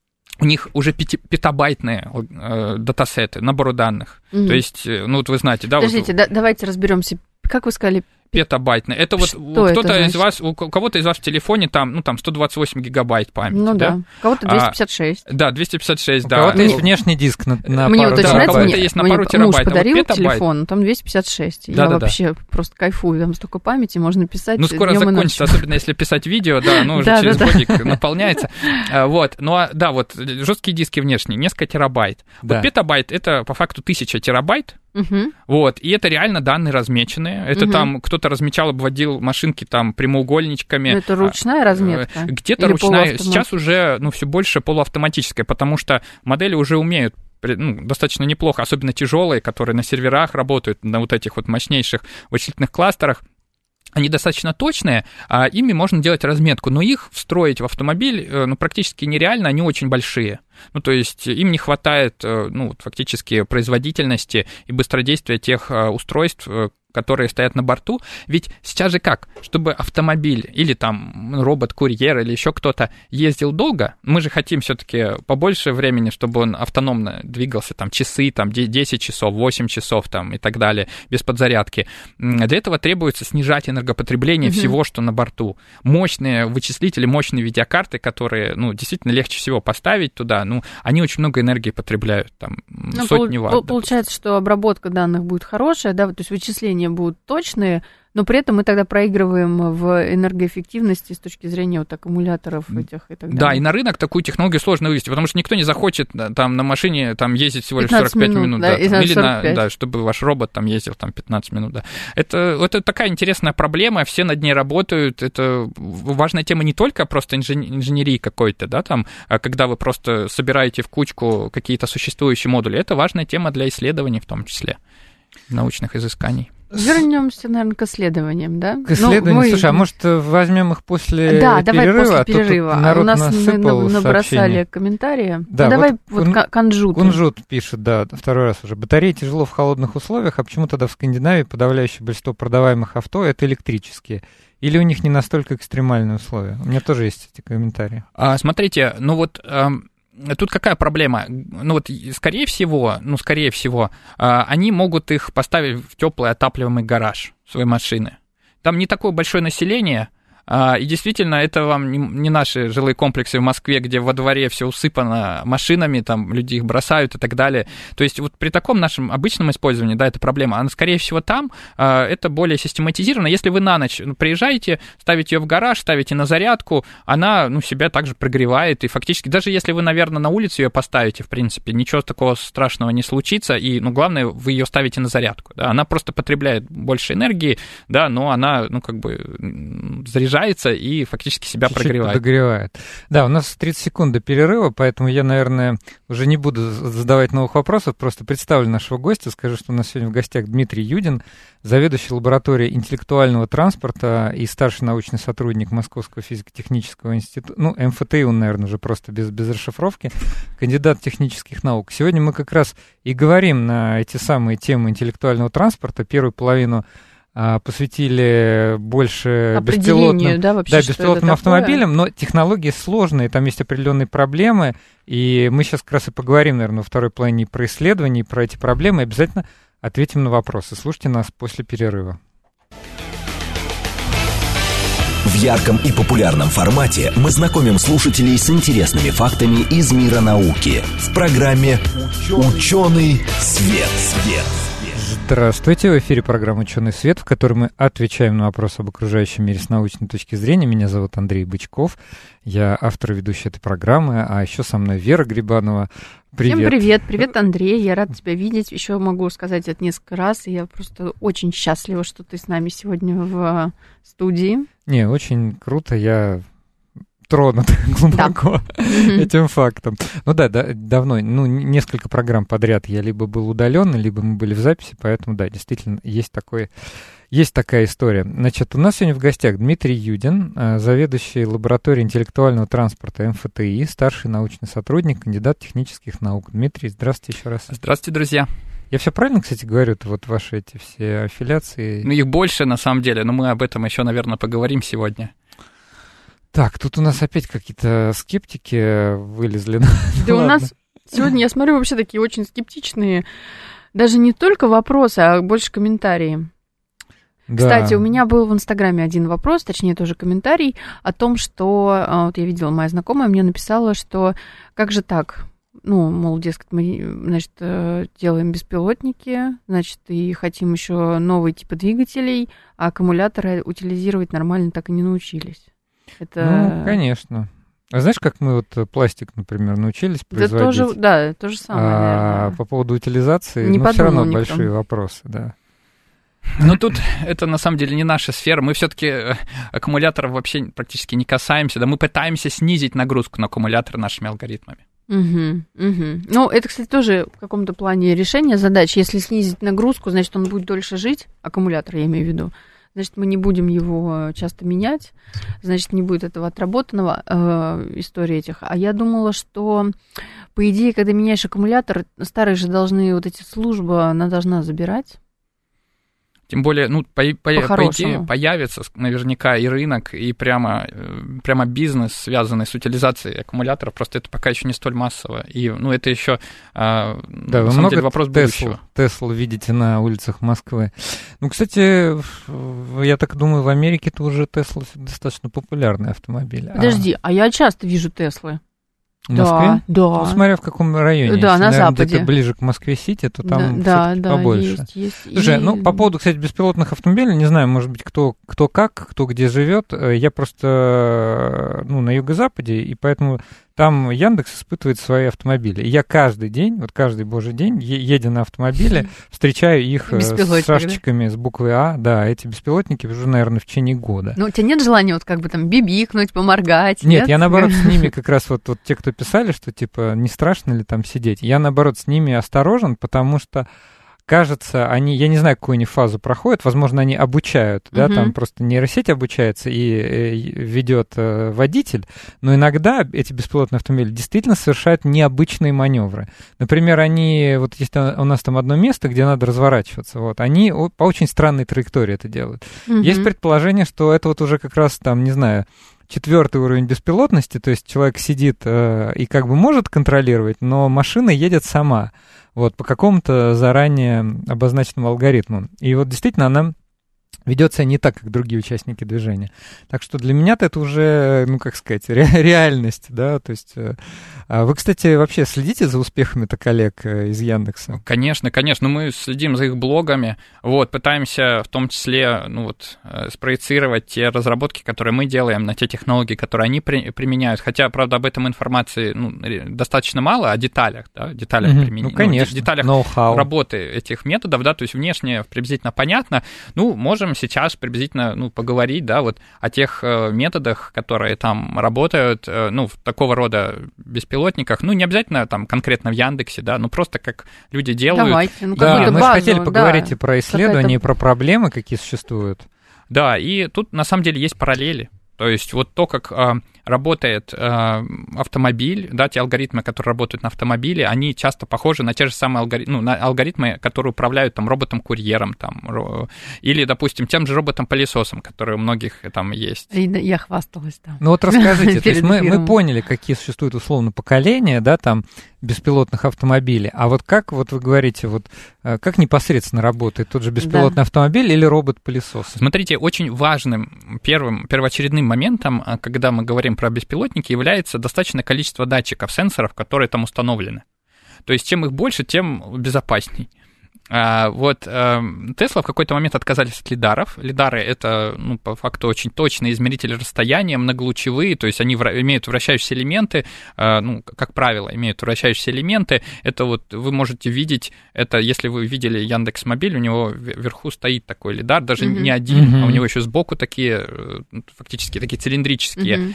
у них уже пяти, петабайтные э, датасеты, набор данных. Mm-hmm. То есть, ну вот вы знаете, да? Подождите, вот, да, давайте разберемся. Как вы сказали? Петабайтные. Это вот кто-то из вас, у кого-то из вас в телефоне там, ну, там сто двадцать восемь гигабайт памяти, ну, да? да. У кого-то двести пятьдесят шесть. А, да, двести пятьдесят шесть, у да. У кого-то есть внешний диск на, на мне пару вот терабайт. У кого-то есть на пару терабайт. Муж подарил а вот телефон, там двести пятьдесят шесть. Да, Я да, вообще да. просто кайфую, там столько памяти, можно писать. Ну, скоро закончится, особенно если писать видео, да, ну, уже через годик наполняется. Вот, ну, а, да, вот, жесткие диски внешние, несколько терабайт. Вот петабайт — это по факту тысяча терабайт. Uh-huh. Вот, и это реально данные размеченные. Это uh-huh. там кто-то размечал, обводил машинки там прямоугольничками. Это ручная разметка? Где-то Или ручная. Сейчас уже, ну, все больше полуавтоматическая, потому что модели уже умеют, ну, достаточно неплохо, особенно тяжелые, которые на серверах работают, на вот этих вот мощнейших вычислительных кластерах. Они достаточно точные, а ими можно делать разметку, но их встроить в автомобиль, ну, практически нереально, они очень большие. Ну, то есть им не хватает, ну, фактически производительности и быстродействия тех устройств, которые стоят на борту. Ведь сейчас же как? Чтобы автомобиль или там робот-курьер или еще кто-то ездил долго, мы же хотим все-таки побольше времени, чтобы он автономно двигался, там, часы, там, десять часов, восемь часов, там, и так далее, без подзарядки. Для этого требуется снижать энергопотребление mm-hmm. всего, что на борту. Мощные вычислители, мощные видеокарты, которые, ну, действительно легче всего поставить туда, ну, они очень много энергии потребляют, там, ну, сотни пол- ватт. Пол- получается, что обработка данных будет хорошая, да, то есть вычисления будут точные, но при этом мы тогда проигрываем в энергоэффективности с точки зрения вот аккумуляторов этих и так далее. Да, и на рынок такую технологию сложно вывести, потому что никто не захочет там на машине там ездить всего лишь сорок пять минут, да, да, там, или на, да, чтобы ваш робот там ездил там пятнадцать минут, да. Это, это такая интересная проблема, все над ней работают, это важная тема не только просто инженерии какой-то, да, там, когда вы просто собираете в кучку какие-то существующие модули, это важная тема для исследований в том числе, научных изысканий. Вернемся, наверное, к исследованиям, да? К исследованиям. Ну, мы... Слушай, а может, возьмем их после да, перерыва? давай после перерыва. А у нас набросали сообщений. комментарии. Да, ну, давай вот, вот Кунжут. Кунжут пишет, да, второй раз уже. Батареи тяжело в холодных условиях, а почему тогда в Скандинавии подавляющее большинство продаваемых авто — это электрические? Или у них не настолько экстремальные условия? У меня тоже есть эти комментарии. А, смотрите, ну вот... Эм... Тут какая проблема? Ну вот, скорее всего, ну, скорее всего, они могут их поставить в теплый отапливаемый гараж своей машины. Там не такое большое население, и действительно, это вам не наши жилые комплексы в Москве, где во дворе все усыпано машинами, там люди их бросают и так далее. То есть вот при таком нашем обычном использовании, да, это проблема. А скорее всего там это более систематизировано. Если вы на ночь приезжаете, ставите ее в гараж, ставите на зарядку, она, ну, себя также прогревает. И фактически, даже если вы, наверное, на улице ее поставите, в принципе, ничего такого страшного не случится. И, ну, главное, вы ее ставите на зарядку. Да? Она просто потребляет больше энергии, да, но она, ну, как бы заряжает разгружается и фактически себя чуть-чуть прогревает. Подогревает. Да, у нас тридцать секунд до перерыва, поэтому я, наверное, уже не буду задавать новых вопросов, просто представлю нашего гостя, скажу, что у нас сегодня в гостях Дмитрий Юдин, заведующий лабораторией интеллектуального транспорта и старший научный сотрудник Московского физико-технического института, ну, эм эф тэ и он, наверное, уже просто без, без расшифровки, кандидат технических наук. Сегодня мы как раз и говорим на эти самые темы интеллектуального транспорта. Первую половину а, посвятили больше беспилотным, да, вообще, да, беспилотным автомобилям, но технологии сложные, там есть определенные проблемы, и мы сейчас как раз и поговорим, наверное, во второй половине про исследования, про эти проблемы, и обязательно ответим на вопросы. Слушайте нас после перерыва. В ярком и популярном формате мы знакомим слушателей с интересными фактами из мира науки в программе «Ученый свет». свет. Здравствуйте, в эфире программа «Ученый свет», в которой мы отвечаем на вопросы об окружающем мире с научной точки зрения. Меня зовут Андрей Бычков, я автор и ведущий этой программы, а еще со мной Вера Грибанова. Привет. Всем привет, привет, Андрей, я рада тебя видеть. Еще могу сказать это несколько раз, и я просто очень счастлива, что ты с нами сегодня в студии. Не, очень круто, я тронут глубоко да. этим фактом. Ну да, да, давно, ну, несколько программ подряд я либо был удален, либо мы были в записи, поэтому, да, действительно, есть такое, есть такая история. Значит, у нас сегодня в гостях Дмитрий Юдин, заведующий лабораторией интеллектуального транспорта эм эф тэ и, старший научный сотрудник, кандидат технических наук. Дмитрий, здравствуйте еще раз. Здравствуйте, друзья. Я все правильно, кстати, говорю, это вот ваши эти все аффилиации? Ну, их больше, на самом деле, но мы об этом еще, наверное, поговорим сегодня. Так, тут у нас опять какие-то скептики вылезли. Да у нас сегодня, я смотрю, вообще такие очень скептичные, даже не только вопросы, а больше комментарии. Да. Кстати, у меня был в Инстаграме один вопрос, точнее, тоже комментарий о том, что, вот я видела, моя знакомая мне написала, что как же так, ну, мол, дескать, мы, значит, делаем беспилотники, значит, и хотим еще новые типы двигателей, а аккумуляторы утилизировать нормально так и не научились. Это... Ну, конечно. А знаешь, как мы вот пластик, например, научились производить? Да, тоже, да, то же самое, а, по поводу утилизации, не ну, все равно никто. большие вопросы, да. Но тут это на самом деле не наша сфера. Мы все-таки аккумуляторов вообще практически не касаемся. Да, мы пытаемся снизить нагрузку на аккумулятор нашими алгоритмами. Угу, угу. Ну, это, кстати, тоже в каком-то плане решение задач. Если снизить нагрузку, значит, он будет дольше жить, аккумулятор, я имею в виду. Значит, мы не будем его часто менять, значит, не будет этого отработанного э, истории этих. А я думала, что, по идее, когда меняешь аккумулятор, старые же должны, вот эти службы, она должна забирать. Тем более, ну, по, по, по идее, появится наверняка и рынок, и прямо, прямо бизнес, связанный с утилизацией аккумуляторов, просто это пока еще не столь массово. И, ну, это еще, да, на вы самом много деле, вопрос будущего. Тесл видите на улицах Москвы. Ну, кстати, я так думаю, в Америке-то уже Тесла достаточно популярный автомобиль. Подожди, а, а я часто вижу Теслы. В Москве? Да, да. Ну, смотря в каком районе. Да, Если, на наверное, западе. где-то ближе к Москве-Сити, то там да, всё-таки да, побольше. Есть, есть. Слушай, И... ну, по поводу, кстати, беспилотных автомобилей, не знаю, может быть, кто, кто как, кто где живет. Я просто, ну, на юго-западе, и поэтому там Яндекс испытывает свои автомобили. И я каждый день, вот каждый божий день, едя на автомобиле, встречаю их с шашечками, да? С буквой А. Да, эти беспилотники уже, наверное, в течение года. Ну, у тебя нет желания вот как бы там бибикнуть, поморгать? Нет, нет? Я наоборот с ними как раз вот, вот те, кто писали, что типа не страшно ли там сидеть, я наоборот с ними осторожен, потому что кажется, они, я не знаю, какую они фазу проходят, возможно, они обучают, да, uh-huh. там просто нейросеть обучается и, и ведет э, водитель, но иногда эти беспилотные автомобили действительно совершают необычные маневры. Например, они, вот есть у нас там одно место, где надо разворачиваться, вот, они по очень странной траектории это делают. Uh-huh. Есть предположение, что это вот уже как раз там, не знаю, четвертый уровень беспилотности, то есть человек сидит э, и как бы может контролировать, но машина едет сама, вот, по какому-то заранее обозначенному алгоритму. И вот действительно она ведет себя не так, как другие участники движения. Так что для меня-то это уже, ну, как сказать, ре- реальность, да, то есть э, Вы, кстати, вообще следите за успехами-то коллег из Яндекса? Конечно, конечно. Мы следим за их блогами, вот, пытаемся в том числе ну, вот, спроецировать те разработки, которые мы делаем, на те технологии, которые они при, применяют. Хотя, правда, об этом информации ну, достаточно мало, о деталях, да, деталях mm-hmm. применения. Ну, конечно, ну, деталях know-how. Работы этих методов, да, то есть внешне приблизительно понятно. Ну, можем сейчас приблизительно ну, поговорить, да, вот о тех методах, которые там работают, ну, в такого рода беспилотниках, ну, не обязательно там конкретно в Яндексе, да, ну, просто как люди делают. Давайте, ну, да, мы базу, же хотели поговорить да, и про исследования, и про проблемы, какие существуют. Да, и тут, на самом деле, есть параллели. То есть вот то, как э, работает э, автомобиль, да, те алгоритмы, которые работают на автомобиле, они часто похожи на те же самые алгоритмы, ну, на алгоритмы, которые управляют там роботом-курьером, там, ро... или, допустим, тем же роботом-пылесосом, который у многих там есть. Я хвасталась там. Ну вот расскажите, то есть мы, мы поняли, какие существуют условно поколения, да, там, беспилотных автомобилей, а вот как, вот вы говорите, вот как непосредственно работает тот же беспилотный да. автомобиль или робот-пылесос? Смотрите, очень важным первым, первоочередным моментом, когда мы говорим про беспилотники, является достаточное количество датчиков, сенсоров, которые там установлены. То есть чем их больше, тем безопасней. А, вот Тесла в какой-то момент отказались от лидаров. Лидары — это, ну, по факту, очень точные измерители расстояния, многолучевые, то есть они вра- имеют вращающиеся элементы, а, ну, как правило, имеют вращающиеся элементы. Это вот вы можете видеть, это если вы видели Яндекс.Мобиль, у него вверху стоит такой лидар, даже mm-hmm. не один, mm-hmm. а у него еще сбоку такие, фактически, такие цилиндрические, mm-hmm.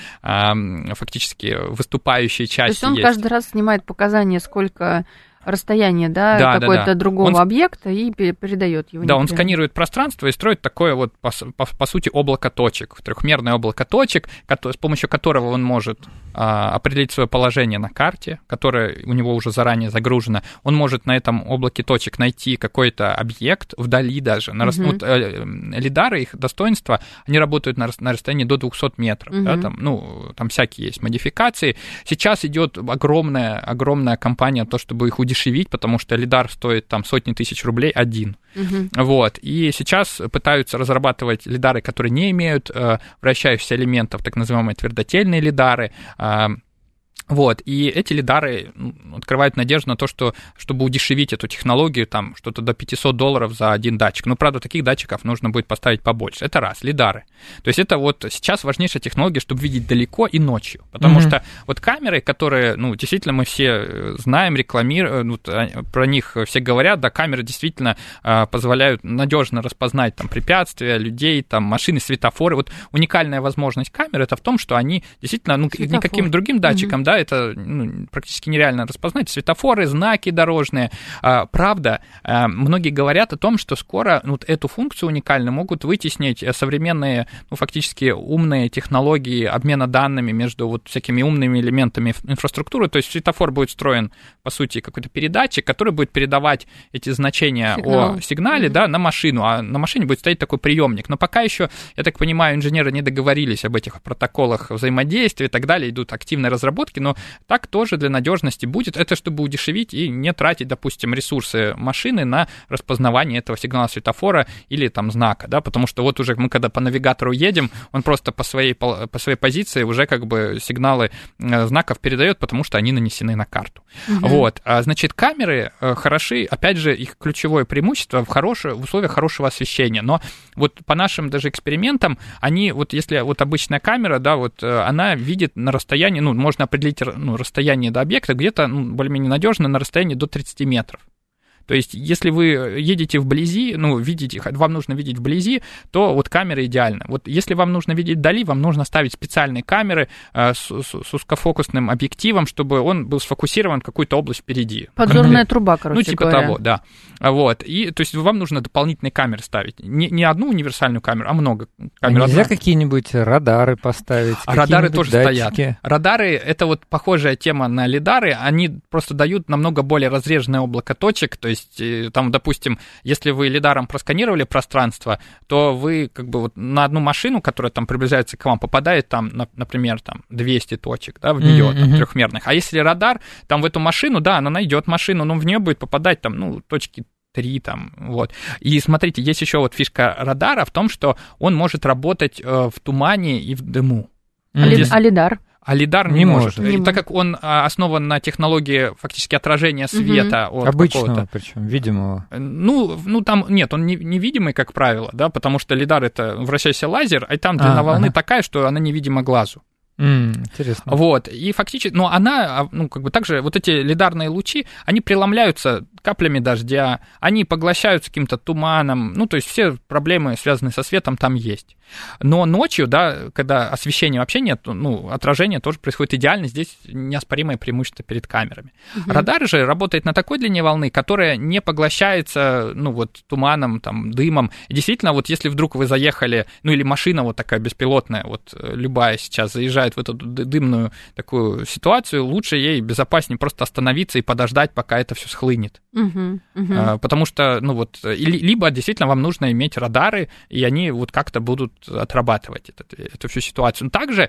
а, фактически выступающие части есть. То есть он есть. каждый раз снимает показания, сколько... расстояние, да, да какое-то да, да. другого он... объекта и передает его. Да, он сканирует пространство и строит такое вот, по, по, по сути, облако точек, трехмерное облако точек, с помощью которого он может а, определить свое положение на карте, которое у него уже заранее загружено. Он может на этом облаке точек найти какой-то объект вдали даже. На, uh-huh. вот, э, лидары, их достоинства, они работают на, на расстоянии до двухсот метров. Uh-huh. Да, там, ну, там всякие есть модификации. Сейчас идет огромная, огромная кампания, то, чтобы их удешевить, дешевить, потому что лидар стоит там сотни тысяч рублей один. Uh-huh. Вот. И сейчас пытаются разрабатывать лидары, которые не имеют э, вращающихся элементов, так называемые твердотельные лидары. Э, Вот, и эти лидары открывают надежду на то, что, чтобы удешевить эту технологию, там, что-то до пятьсот долларов за один датчик. Ну, правда, таких датчиков нужно будет поставить побольше. Это раз, лидары. То есть это вот сейчас важнейшая технология, чтобы видеть далеко и ночью. Потому mm-hmm. что вот камеры, которые, ну, действительно мы все знаем, рекламируем, вот, про них все говорят, да, камеры действительно э, позволяют надежно распознать там препятствия, людей, там, машины, светофоры. Вот уникальная возможность камер это в том, что они действительно, ну, Светофор. никаким другим датчикам, mm-hmm. да, это ну, практически нереально распознать. Светофоры, знаки дорожные. А, правда, а, многие говорят о том, что скоро ну, вот эту функцию уникальную могут вытеснить современные, ну, фактически умные технологии обмена данными между вот всякими умными элементами инфраструктуры. То есть светофор будет встроен, по сути, какой-то передатчик, который будет передавать эти значения Сигнал. о сигнале mm-hmm. да, на машину, а на машине будет стоять такой приемник. Но пока еще, я так понимаю, инженеры не договорились об этих протоколах взаимодействия и так далее, идут активные разработки, но так тоже для надежности будет. Это чтобы удешевить и не тратить, допустим, ресурсы машины на распознавание этого сигнала светофора или там знака, да, потому что вот уже мы когда по навигатору едем, он просто по своей, по своей позиции уже как бы сигналы знаков передает, потому что они нанесены на карту. Угу. Вот, а, значит, камеры хороши, опять же, их ключевое преимущество в, хорошее, в условиях хорошего освещения, но вот по нашим даже экспериментам, они, вот если вот обычная камера, да, вот она видит на расстоянии, ну, можно определить ну, расстояние до объекта где-то ну, более-менее надежно на расстоянии до тридцати метров. То есть, если вы едете вблизи, ну, видите, вам нужно видеть вблизи, то вот камера идеальна. Вот если вам нужно видеть вдали, вам нужно ставить специальные камеры э, с, с узкофокусным объективом, чтобы он был сфокусирован в какую-то область впереди. Подзорная труба, короче Ну, типа говоря. того, да. Вот. И, то есть, вам нужно дополнительные камеры ставить. Не, не одну универсальную камеру, а много камер. А нельзя одна. какие-нибудь радары поставить? А радары тоже датчики? стоят. Радары, это вот похожая тема на лидары, они просто дают намного более разреженное облако точек, то есть, там, допустим, если вы лидаром просканировали пространство, то вы как бы вот на одну машину, которая там приближается к вам, попадает там, например, там двести точек, да, в нее mm-hmm. там, трехмерных. А если радар, там в эту машину, да, она найдет машину, но в нее будет попадать там, ну, точки три там, вот. И смотрите, есть еще вот фишка радара в том, что он может работать э, в тумане и в дыму. Mm-hmm. А, ли, а лидар? А лидар не, не может, может. Не так как он основан на технологии фактически отражения света угу. от обычного, какого-то... причем видимого. Ну, ну, там нет, он не, невидимый, как правило, да, потому что лидар — это вращающийся лазер, а там длина а, волны ага. такая, что она невидима глазу. Mm, интересно. Вот, и фактически, но она, ну, как бы также, вот эти лидарные лучи, они преломляются каплями дождя, они поглощаются каким-то туманом, ну, то есть все проблемы, связанные со светом, там есть. Но ночью, да, когда освещения вообще нет, ну, отражение тоже происходит идеально, здесь неоспоримое преимущество перед камерами. Uh-huh. Радар же работает на такой длине волны, которая не поглощается, ну, вот, туманом, там, дымом. И действительно, вот если вдруг вы заехали, ну, или машина вот такая беспилотная, вот, любая сейчас заезжает в эту дымную такую ситуацию, лучше ей безопаснее просто остановиться и подождать, пока это все схлынет. Uh-huh. Uh-huh. Потому что, ну, вот, либо действительно вам нужно иметь радары, и они вот как-то будут отрабатывать это, эту всю ситуацию. Также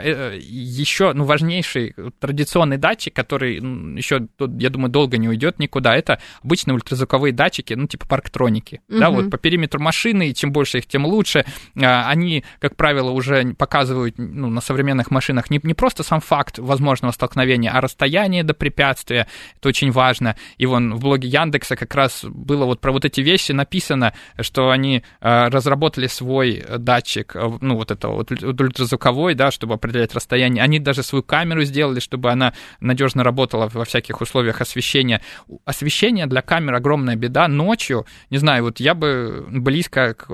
еще, ну, важнейший традиционный датчик, который еще, я думаю, долго не уйдет никуда, это обычные ультразвуковые датчики, ну, типа парктроники. Uh-huh. Да, вот по периметру машины, и чем больше их, тем лучше. Они, как правило, уже показывают, ну, на современных машинах не, не просто сам факт возможного столкновения, а расстояние до препятствия. Это очень важно. И вон в блоге Яндекса как раз было вот про вот эти вещи написано, что они разработали свой датчик, ну, вот это вот ультразвуковой, да, чтобы определять расстояние. Они даже свою камеру сделали, чтобы она надежно работала во всяких условиях освещения. Освещение для камер огромная беда. Ночью, не знаю, вот я бы близко к,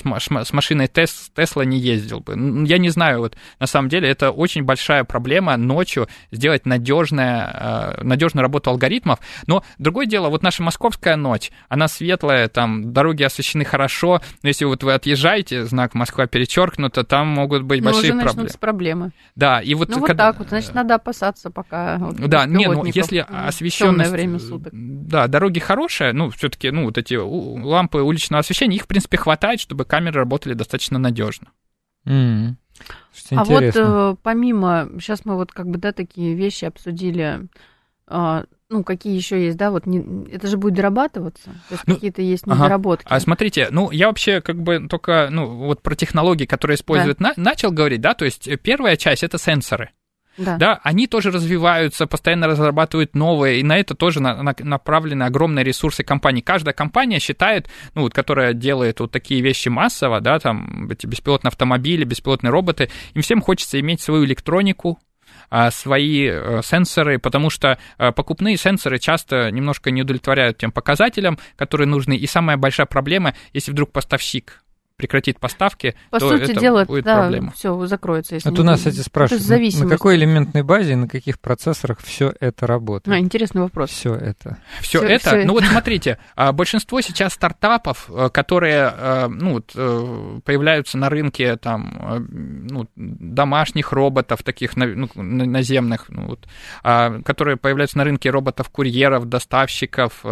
с машиной Тесла не ездил бы. Я не знаю, вот на самом деле это очень большая проблема ночью сделать надежная, надежную работу алгоритмов. Но другое дело, вот наша московская ночь, она светлая, там дороги освещены хорошо, но если вот вы отъезжаете, знак «Москва» перечеркнуто, там могут быть но большие уже проблемы. проблемы. Да, и вот... Ну, когда... вот так вот, значит, надо опасаться пока... Вот, да, не, ну, если освещенность... время суток. Да, дороги хорошие, ну, все-таки, ну, вот эти лампы уличного освещения, их, в принципе, хватает, чтобы камеры работали достаточно надежно. Mm. А вот э, помимо... Сейчас мы вот как бы, да, такие вещи обсудили... Э, ну, какие еще есть, да, вот не, это же будет дорабатываться, то есть ну, какие-то есть недоработки. Ага. А смотрите, ну, я вообще как бы только, ну, вот про технологии, которые используют, да. на, начал говорить, да, то есть первая часть — это сенсоры. Да. да, они тоже развиваются, постоянно разрабатывают новые, и на это тоже на, на, направлены огромные ресурсы компаний. Каждая компания считает, ну, вот, которая делает вот такие вещи массово, да, там, эти беспилотные автомобили, беспилотные роботы, им всем хочется иметь свою электронику, свои сенсоры, потому что покупные сенсоры часто немножко не удовлетворяют тем показателям, которые нужны, и самая большая проблема, если вдруг поставщик прекратит поставки, по то сути это дела, будет да, проблема. Все закроется. Если вот у нас, кстати, спрашивают, на какой элементной базе, на каких процессорах все это работает? А, интересный вопрос. Все это. Все это? Всё ну это. Вот смотрите, большинство сейчас стартапов, которые, ну, вот, появляются на рынке там, ну, домашних роботов, таких, ну, наземных, ну, вот, которые появляются на рынке роботов-курьеров, доставщиков,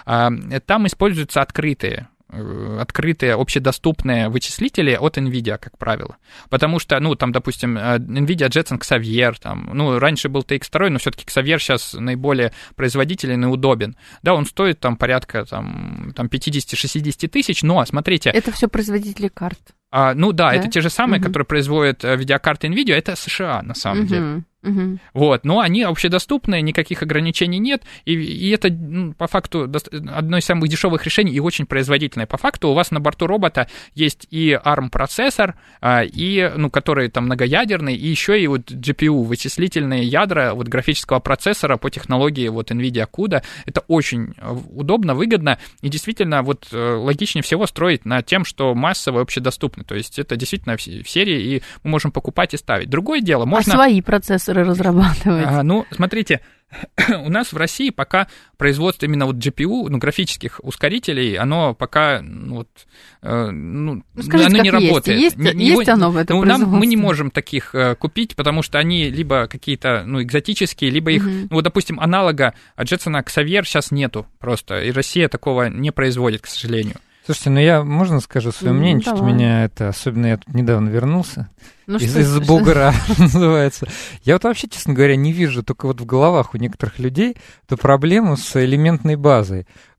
там используются открытые открытые, общедоступные вычислители от NVIDIA, как правило. Потому что, ну, там, допустим, NVIDIA Jetson Xavier, там, ну, раньше был ти икс два, но все-таки Xavier сейчас наиболее производителен и удобен. Да, он стоит там порядка там, там пятьдесят-шестьдесят тысяч, но, смотрите... Это все производители карт. А, ну да, да, это те же самые, uh-huh. которые производят видеокарты NVIDIA, это США, на самом uh-huh. деле. Uh-huh. Вот, но они общедоступные, никаких ограничений нет, и, и это, ну, по факту, одно из самых дешевых решений и очень производительное. По факту у вас на борту робота есть и арм-процессор, и, ну, который там многоядерный, и еще и вот джи пи ю, вычислительные ядра вот, графического процессора по технологии вот, NVIDIA CUDA. Это очень удобно, выгодно, и действительно вот логичнее всего строить на тем, что массово общедоступно. То есть это действительно в серии, и мы можем покупать и ставить. Другое дело, можно... А свои процессоры разрабатывать? А, ну, смотрите, у нас в России пока производство именно вот джи пи ю, ну, графических ускорителей, оно пока, ну, вот, э, ну, скажите, оно не работает. Есть, не, есть его, оно в этом ну, производстве? нам, мы не можем таких э, купить, потому что они либо какие-то, ну, экзотические, либо их, uh-huh. ну, вот, допустим, аналога Jetson Xavier сейчас нету просто, и Россия такого не производит, к сожалению. Слушайте, ну я, можно скажу свое ну, мнение, что меня это, особенно я тут недавно вернулся, ну, из, из бугра называется. Я вот вообще, честно говоря, не вижу, только вот в головах у некоторых людей эту проблему с элементной базой.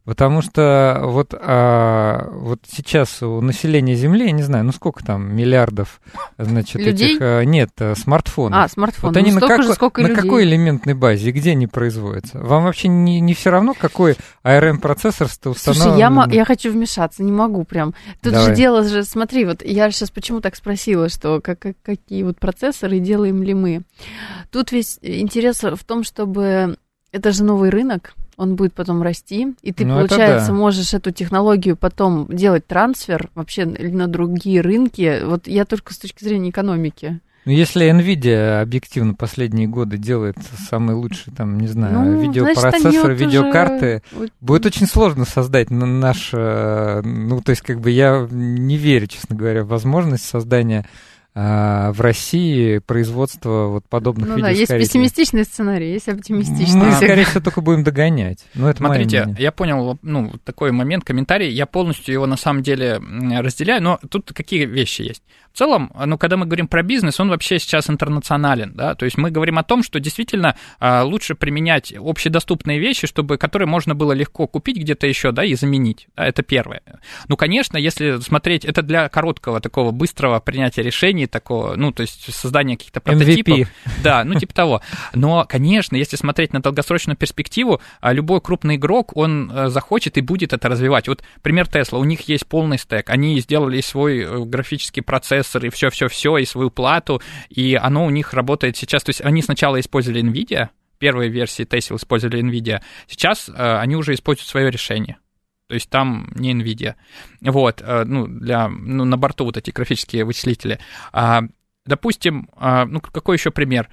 Потому что вот, а, вот сейчас у населения Земли, я не знаю, ну сколько там миллиардов, значит, людей? этих... А, нет, смартфонов. А, смартфонов. Вот они ну, на, как, же, сколько на людей. какой элементной базе и где они производятся? Вам вообще не, не все равно, какой эй ар эм-процессор установлен? Слушай, я, я хочу вмешаться, не могу прям. Тут Давай. же дело же, смотри, вот я сейчас почему так спросила, что как, как, какие вот процессоры делаем ли мы. Тут весь интерес в том, чтобы... Это же новый рынок. Он будет потом расти, и ты, ну, получается, да. можешь эту технологию потом делать трансфер вообще на другие рынки. Вот я только с точки зрения экономики. Ну, если NVIDIA объективно последние годы делает самые лучшие, там, не знаю, ну, видеопроцессоры, значит, видеокарты, уже... будет очень сложно создать наш... Ну, то есть, как бы я не верю, честно говоря, в возможность создания в России производство вот подобных ну, видеоускорителей. Да, есть пессимистичный сценарий, есть оптимистичный. Мы, скорее всего, только будем догонять. Но это Смотрите, я понял, ну, такой момент, комментарий, я полностью его на самом деле разделяю, но тут какие вещи есть. В целом, ну, когда мы говорим про бизнес, он вообще сейчас интернационален, да, то есть мы говорим о том, что действительно лучше применять общедоступные вещи, чтобы, которые можно было легко купить где-то еще, да, и заменить, да, это первое. Ну, конечно, если смотреть, это для короткого такого быстрого принятия решений, такого, ну, то есть создания каких-то прототипов. эм ви пи. Да, ну, типа того. Но, конечно, если смотреть на долгосрочную перспективу, любой крупный игрок, он захочет и будет это развивать. Вот пример Tesla, у них есть полный стек, они сделали свой графический процессор, и все-все-все, и свою плату, и оно у них работает сейчас. То есть они сначала использовали NVIDIA, первые версии Tesla использовали NVIDIA, сейчас они уже используют свое решение. То есть там не NVIDIA. Вот, ну, для, ну, на борту вот эти графические вычислители. Допустим, ну, какой еще пример?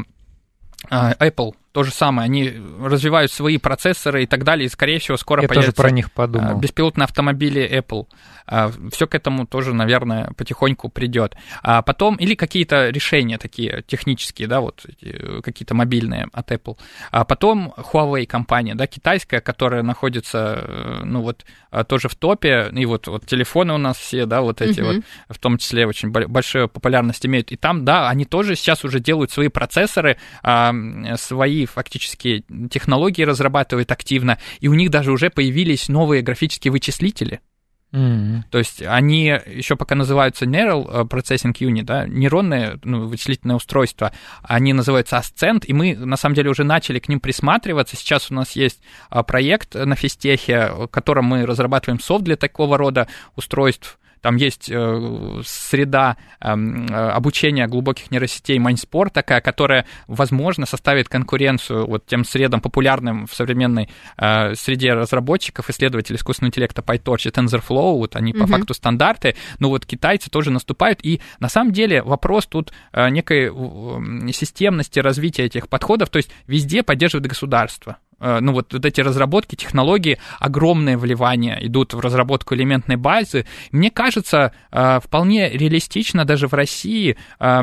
Apple. То же самое, они развивают свои процессоры и так далее, и, скорее всего, скоро Я появятся тоже про них подумал. беспилотные автомобили Apple. Все к этому тоже, наверное, потихоньку придет. А потом, или какие-то решения такие технические, да, вот какие-то мобильные от Apple. А потом Huawei компания, да, китайская, которая находится, ну, вот, тоже в топе, и вот, вот телефоны у нас все, да, вот эти uh-huh. вот, в том числе, очень большую популярность имеют. И там, да, они тоже сейчас уже делают свои процессоры, свои фактически технологии разрабатывают активно, и у них даже уже появились новые графические вычислители. Mm-hmm. То есть они еще пока называются Neural Processing Unit, да, нейронные, ну, вычислительные устройства, они называются Ascent, и мы, на самом деле, уже начали к ним присматриваться. Сейчас у нас есть проект на физтехе, в котором мы разрабатываем софт для такого рода устройств. Там есть э, среда э, обучения глубоких нейросетей Майнспор такая, которая, возможно, составит конкуренцию вот тем средам популярным в современной э, среде разработчиков, исследователей искусственного интеллекта PyTorch и TensorFlow, вот они mm-hmm. по факту стандарты, но вот китайцы тоже наступают, и на самом деле вопрос тут э, некой э, системности развития этих подходов, то есть везде поддерживает государство. Ну, вот, вот эти разработки, технологии, огромное вливание идут в разработку элементной базы. Мне кажется, вполне реалистично даже в России,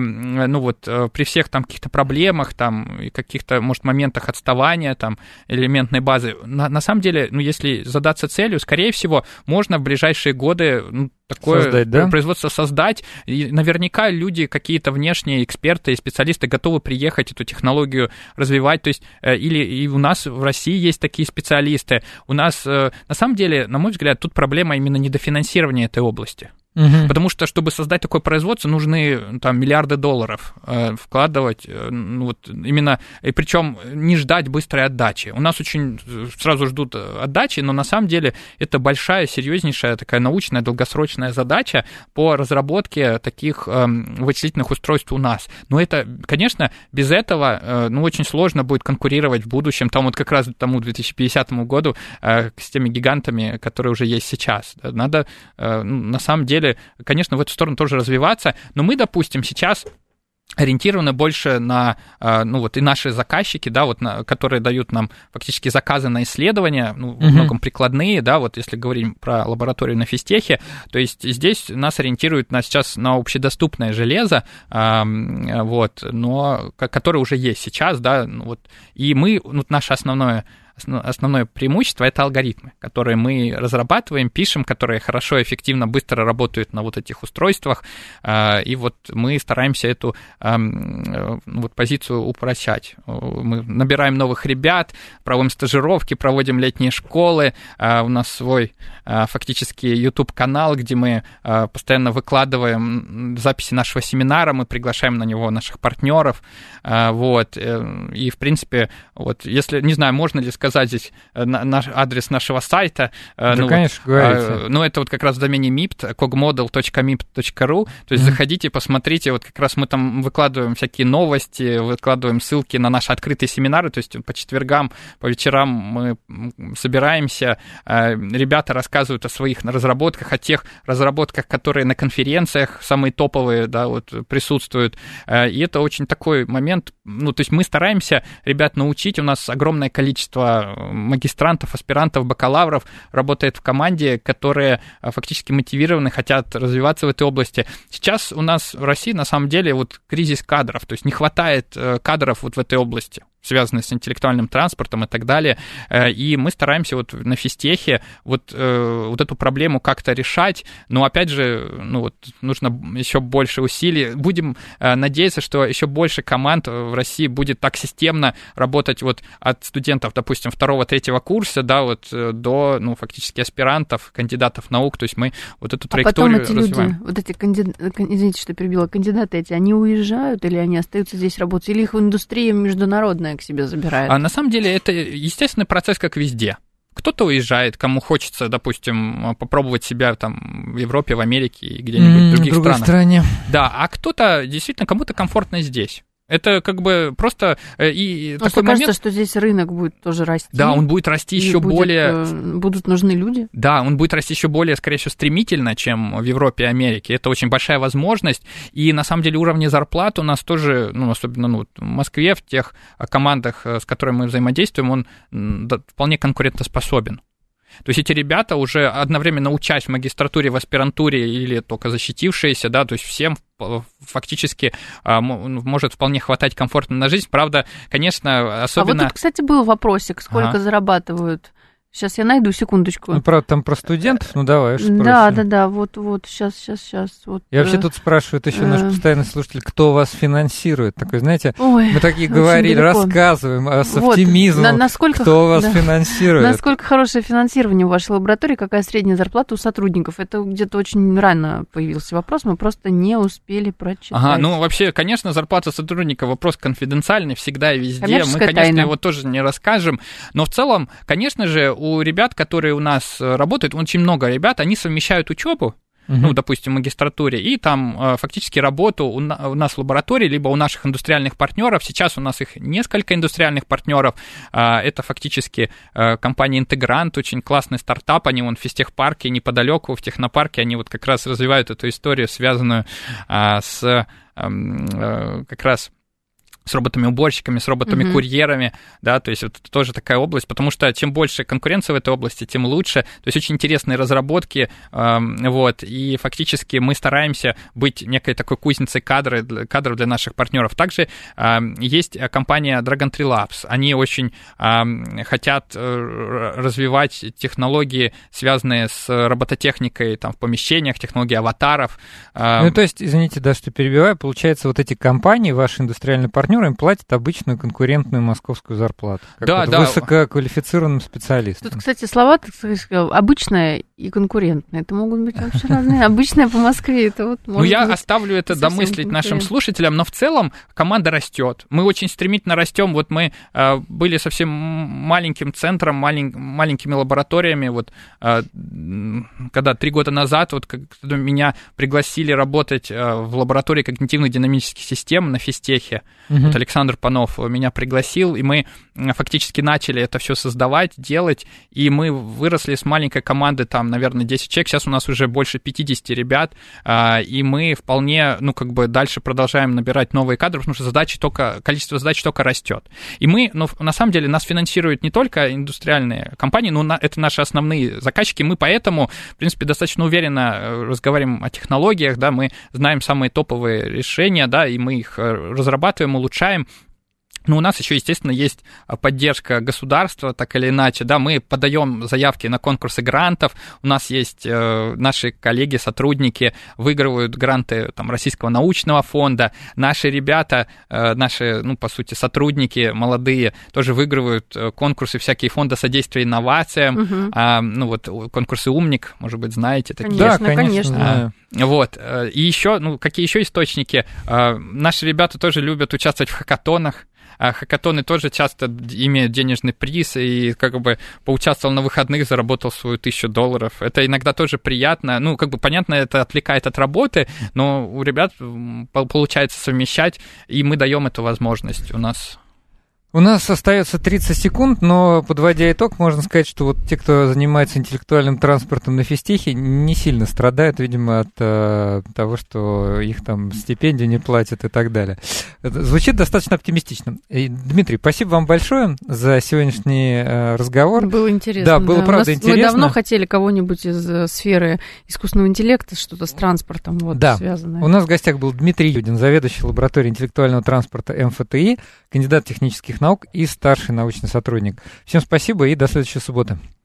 ну, вот, при всех там каких-то проблемах, там, и каких-то, может, моментах отставания, там, элементной базы, на, на самом деле, ну, если задаться целью, скорее всего, можно в ближайшие годы, ну, такое создать, да? производство создать. И наверняка люди, какие-то внешние эксперты и специалисты готовы приехать эту технологию развивать. То есть, или и у нас в России есть такие специалисты. У нас, на самом деле, на мой взгляд, тут проблема именно недофинансирования этой области. Угу. Потому что, чтобы создать такое производство, нужны там миллиарды долларов э, вкладывать, э, ну, вот именно, и причем не ждать быстрой отдачи. У нас очень сразу ждут отдачи, но на самом деле это большая, серьезнейшая такая научная, долгосрочная задача по разработке таких э, вычислительных устройств у нас. Но это, конечно, без этого, э, ну, очень сложно будет конкурировать в будущем, там вот как раз к тому две тысячи пятидесятому году э, с теми гигантами, которые уже есть сейчас. Надо, э, ну, на самом деле, конечно, в эту сторону тоже развиваться, но мы, допустим, сейчас ориентированы больше на, ну вот и наши заказчики, да, вот, на, которые дают нам фактически заказы на исследования, ну, во многом прикладные, да, вот если говорим про лабораторию на физтехе, то есть здесь нас ориентируют на, сейчас на общедоступное железо, вот, но которое уже есть сейчас, да, вот, и мы, ну, наше основное основное преимущество – это алгоритмы, которые мы разрабатываем, пишем, которые хорошо, эффективно, быстро работают на вот этих устройствах, и вот мы стараемся эту вот позицию упрощать. Мы набираем новых ребят, проводим стажировки, проводим летние школы, у нас свой фактически YouTube-канал, где мы постоянно выкладываем записи нашего семинара, мы приглашаем на него наших партнеров, вот, и, в принципе, вот, если, не знаю, можно ли сказать здесь наш адрес нашего сайта, да, ну, конечно, вот, говорите. Ну, это вот как раз в домене мипт, когмодел точка мипт точка ру, то есть mm-hmm. заходите, посмотрите, вот как раз мы там выкладываем всякие новости, выкладываем ссылки на наши открытые семинары, то есть по четвергам, по вечерам мы собираемся, ребята рассказывают о своих разработках, о тех разработках, которые на конференциях самые топовые, да, вот, присутствуют, и это очень такой момент, ну, то есть мы стараемся ребят научить, у нас огромное количество магистрантов, аспирантов, бакалавров работает в команде, которые фактически мотивированы, хотят развиваться в этой области. Сейчас у нас в России, на самом деле, вот кризис кадров, то есть не хватает кадров вот в этой области, связанные с интеллектуальным транспортом и так далее, и мы стараемся вот на физтехе вот, вот эту проблему как-то решать, но опять же, ну вот нужно еще больше усилий, будем надеяться, что еще больше команд в России будет так системно работать вот от студентов, допустим, второго-третьего курса, да, вот до, ну, фактически аспирантов, кандидатов наук, то есть мы вот эту траекторию развиваем. А потом эти развиваем. люди, вот эти кандидаты, извините, что перебила, кандидаты эти, они уезжают или они остаются здесь работать, или их индустрия международная к себе забирает? А на самом деле это естественный процесс, как везде. Кто-то уезжает, кому хочется, допустим, попробовать себя там в Европе, в Америке и где-нибудь mm, в других в другой странах. Стране. Да, а кто-то действительно, кому-то комфортно здесь. Это как бы просто и а такой момент... кажется, что здесь рынок будет тоже расти. Да, он будет расти еще будет, более... Будут нужны люди. Да, он будет расти еще более, скорее всего, стремительно, чем в Европе и Америке. Это очень большая возможность. И на самом деле уровни зарплат у нас тоже, ну, особенно ну, в Москве, в тех командах, с которыми мы взаимодействуем, он да, вполне конкурентоспособен. То есть эти ребята уже одновременно учась в магистратуре, в аспирантуре или только защитившиеся, да, то есть всем фактически может вполне хватать комфортно на жизнь. Правда, конечно, особенно... А вот тут, кстати, был вопросик, сколько ага. зарабатывают... Сейчас я найду, секундочку. Ну, правда, там про студентов, ну давай уж спросим. Да, да, да, вот, вот, сейчас, сейчас, сейчас. Вот, и вообще тут спрашивают еще наш постоянный слушатель, кто вас финансирует. Такой, знаете, Ой, мы такие говорили, далеко. рассказываем а с вот, оптимизмом, на, насколько, кто вас да, финансирует. Насколько хорошее финансирование в вашей лаборатории, какая средняя зарплата у сотрудников? Это где-то очень рано появился вопрос, мы просто не успели прочитать. Ага, ну вообще, конечно, зарплата сотрудников вопрос конфиденциальный всегда и везде. Коммерческая мы, конечно, тайна. его тоже не расскажем, но в целом, конечно же, у ребят, которые у нас работают, очень много ребят, они совмещают учебу, uh-huh. ну, допустим, в магистратуре, и там фактически работу у нас в лаборатории, либо у наших индустриальных партнеров. Сейчас у нас их несколько индустриальных партнеров. Это фактически компания «Интегрант», очень классный стартап, они вон в физтехпарке неподалеку, в технопарке, они вот как раз развивают эту историю, связанную с как раз с роботами-уборщиками, с роботами-курьерами, mm-hmm. да, то есть вот это тоже такая область, потому что чем больше конкуренции в этой области, тем лучше, то есть очень интересные разработки, э, вот, и фактически мы стараемся быть некой такой кузницей кадры, кадров для наших партнеров. Также э, есть компания Dragon Tree Labs, они очень э, хотят э, развивать технологии, связанные с робототехникой там, в помещениях, технологии аватаров. Э, ну, то есть, извините, да, что перебиваю, получается, вот эти компании, ваши индустриальные партнеры, им платят обычную конкурентную московскую зарплату. Как да, вот да. Высококвалифицированным специалистам. Тут, кстати, слова, так сказать, обычная и конкурентная. Это могут быть вообще разные. Обычная по Москве, это вот может Ну, я быть оставлю это домыслить нашим слушателям, но в целом команда растет. Мы очень стремительно растем. Вот мы э, были совсем маленьким центром, малень, маленькими лабораториями. Вот э, когда три года назад вот, когда меня пригласили работать э, в лаборатории когнитивных динамических систем на физтехе, uh-huh. вот Александр Панов меня пригласил, и мы фактически начали это все создавать, делать, и мы выросли с маленькой команды, там, наверное, десять человек, сейчас у нас уже больше пятьдесят ребят, и мы вполне, ну, как бы дальше продолжаем набирать новые кадры, потому что задачи только, количество задач только растет. И мы, ну, на самом деле, нас финансируют не только индустриальные компании, но это наши основные заказчики, мы поэтому, в принципе, достаточно уверенно разговариваем о технологиях, да, мы знаем самые топовые решения, да, и мы их разрабатываем, улучшаем. Ну, у нас еще, естественно, есть поддержка государства, так или иначе, да, мы подаем заявки на конкурсы грантов, у нас есть э, наши коллеги, сотрудники выигрывают гранты там, Российского научного фонда, наши ребята, э, наши, ну, по сути, сотрудники молодые тоже выигрывают конкурсы всякие фонда содействия инновациям, угу. а, ну, вот конкурсы «Умник», может быть, знаете такие. Да, конечно. А, вот, и еще, ну, какие еще источники? А, наши ребята тоже любят участвовать в хакатонах. А хакатоны тоже часто имеют денежный приз, и как бы поучаствовал на выходных, заработал свою тысячу долларов. Это иногда тоже приятно. Ну, как бы, понятно, это отвлекает от работы, но у ребят получается совмещать, и мы даем эту возможность у нас. У нас остается тридцать секунд, но, подводя итог, можно сказать, что вот те, кто занимается интеллектуальным транспортом на физтехе, не сильно страдают, видимо, от э, того, что их там стипендию не платят и так далее. Это звучит достаточно оптимистично. И, Дмитрий, спасибо вам большое за сегодняшний э, разговор. Было интересно. Да, было, да. правда, интересно. Мы давно хотели кого-нибудь из э, сферы искусственного интеллекта, что-то с транспортом вот, да. связанное. У нас в гостях был Дмитрий Юдин, заведующий лабораторией интеллектуального транспорта эм эф тэ и, кандидат технических наук и старший научный сотрудник. Всем спасибо и до следующей субботы.